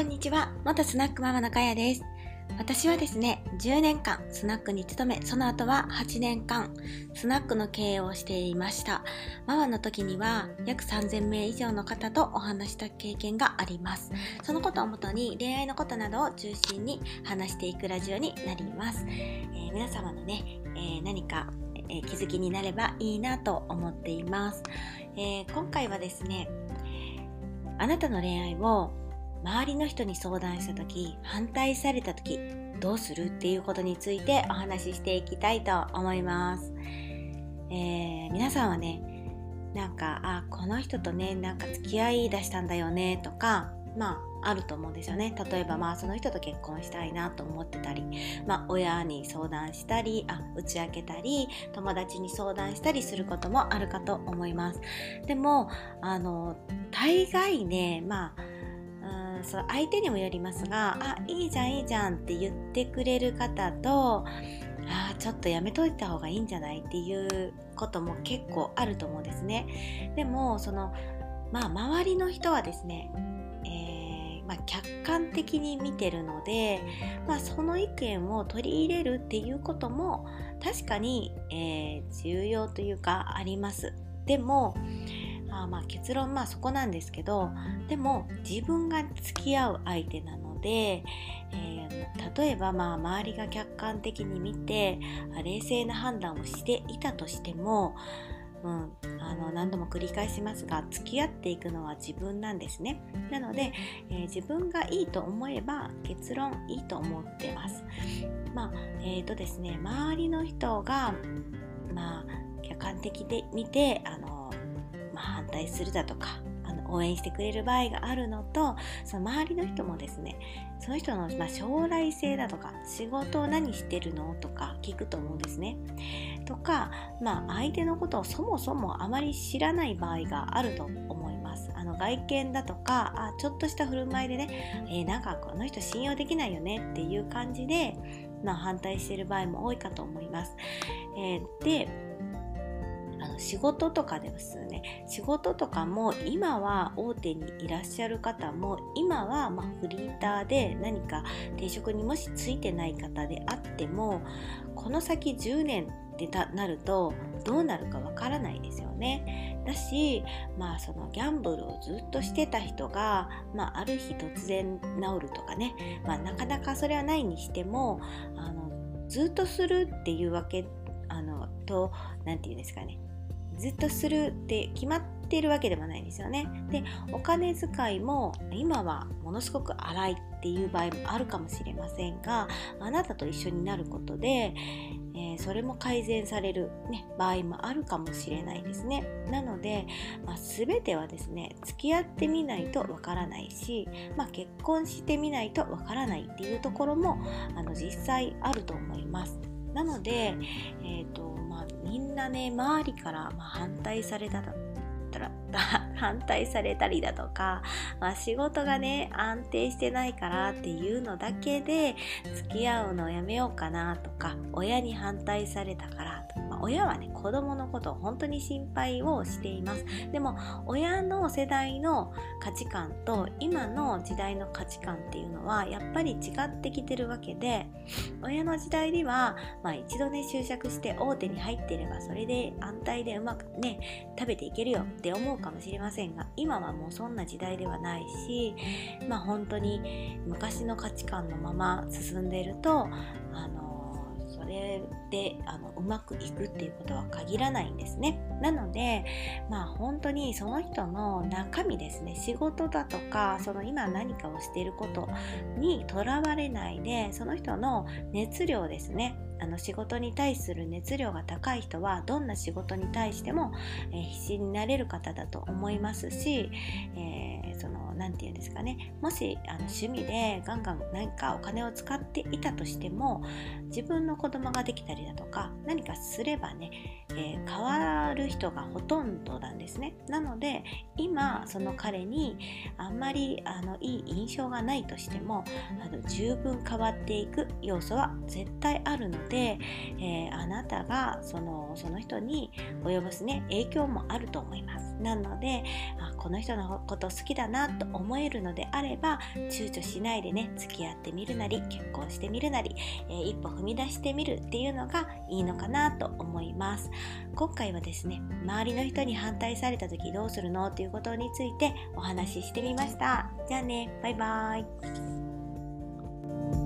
こんにちは、元スナックママのかやです。私はですね、10年間スナックに勤め、その後は8年間スナックの経営をしていました。ママの時には約3000名以上の方とお話した経験があります。そのことをもとに恋愛のことなどを中心に話していくラジオになります。皆様のね、何か気づきになればいいなと思っています。今回はですね、あなたの恋愛を周りの人に相談した時、反対された時どうするっていうことについてお話ししていきたいと思います。皆さんはね、この人とね付き合い出したんだよねとかあると思うんですよね。例えばその人と結婚したいなと思ってたり、親に相談したり打ち明けたり友達に相談したりすることもあるかと思います。でも大概ねそう相手にもよりますが、いいじゃんいいじゃんって言ってくれる方と、ちょっとやめといた方がいいんじゃないっていうことも結構あると思うんですね。でも周りの人はですね、客観的に見てるので、その意見を取り入れるっていうことも確かに、重要というかあります。でも結論そこなんですけど、でも自分が付き合う相手なので、例えば周りが客観的に見て冷静な判断をしていたとしても、何度も繰り返しますが、付き合っていくのは自分なんですね。なので、自分がいいと思えば結論いいと思ってます。ですね、周りの人が客観的で見て反対するだとか応援してくれる場合があるのと、その周りの人もですね、その人の将来性だとか仕事を何してるのとか聞くと思うんですね。とか相手のことをそもそもあまり知らない場合があると思います。外見だとかちょっとした振る舞いでね、この人信用できないよねっていう感じで反対している場合も多いかと思います。で仕事とかですね、仕事とかも今は大手にいらっしゃる方も、今はフリーターで何か定職にもしついてない方であっても、この先10年ってなるとどうなるかわからないですよね。だしそのギャンブルをずっとしてた人が、ある日突然治るとかね、なかなかそれはないにしてもずっとするっていうわけなんていうんですかね、ずっとするって決まっているわけでもないんですよね。で、お金遣いも今はものすごく荒いっていう場合もあるかもしれませんが、あなたと一緒になることで、それも改善される、場合もあるかもしれないですね。なので、全てはですね、付き合ってみないとわからないし、結婚してみないとわからないっていうところも実際あると思います。なので、みんなね、周りから反対されたりだとか、仕事がね安定してないからっていうのだけで付き合うのをやめようかなとか、親に反対されたからとか、親はね子供のことを本当に心配をしています。でも親の世代の価値観と今の時代の価値観っていうのはやっぱり違ってきてるわけで、親の時代には一度ね就職して大手に入っていればそれで安泰でうまくね食べていけるよって思うかもしれませんが、今はもうそんな時代ではないし、本当に昔の価値観のまま進んでいるとそれでうまくいくっていうことは限らないんですね。なので本当にその人の中身ですね、仕事だとかその今何かをしていることにとらわれないで、その人の熱量ですね、仕事に対する熱量が高い人はどんな仕事に対しても、必死になれる方だと思いますし、なんていうんですかね、もし趣味でガンガン何かお金を使っていたとしても、自分の子供ができたりだとか何かすればね、変わる人がほとんどなんですね。なので今その彼にあんまりいい印象がないとしても十分変わっていく要素は絶対あるので、あなたがその人に及ぼすね影響もあると思います。 なので、この人のこと好きだなと思えるのであれば、躊躇しないでね、付き合ってみるなり結婚してみるなり、一歩踏み出してみるっていうのがいいのかなと思います。今回はですね、周りの人に反対された時どうするのということについてお話ししてみました。じゃあね、バイバイ。